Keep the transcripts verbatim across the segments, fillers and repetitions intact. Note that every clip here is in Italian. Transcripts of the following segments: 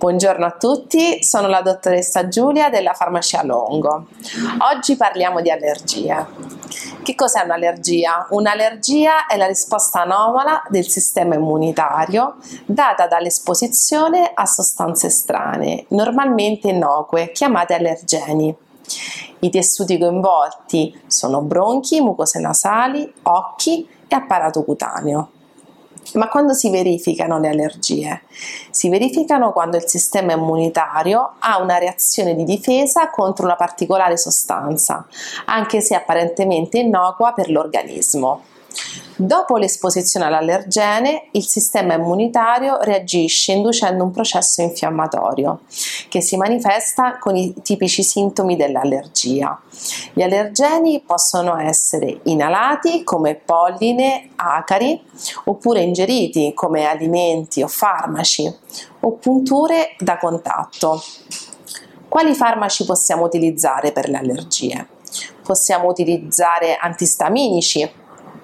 Buongiorno a tutti, sono la dottoressa Giulia della Farmacia Longo. Oggi parliamo di allergie. Che cos'è un'allergia? Un'allergia è la risposta anomala del sistema immunitario data dall'esposizione a sostanze estranee, normalmente innocue, chiamate allergeni. I tessuti coinvolti sono bronchi, mucose nasali, occhi e apparato cutaneo. Ma quando si verificano le allergie? Si verificano quando il sistema immunitario ha una reazione di difesa contro una particolare sostanza, anche se apparentemente innocua per l'organismo. Dopo l'esposizione all'allergene, il sistema immunitario reagisce inducendo un processo infiammatorio che si manifesta con i tipici sintomi dell'allergia. Gli allergeni possono essere inalati come polline, acari, oppure ingeriti come alimenti o farmaci, o punture da contatto. Quali farmaci possiamo utilizzare per le allergie? Possiamo utilizzare antistaminici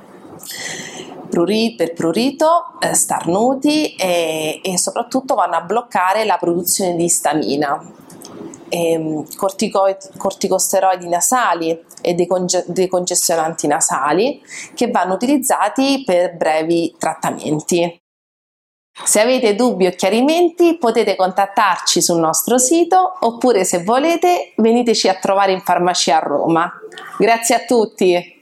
per prurito, eh, starnuti e, e soprattutto vanno a bloccare la produzione di istamina, e, cortico, corticosteroidi nasali e deconge, decongestionanti nasali che vanno utilizzati per brevi trattamenti. Se avete dubbi o chiarimenti potete contattarci sul nostro sito oppure, se volete, veniteci a trovare in farmacia a Roma. Grazie a tutti!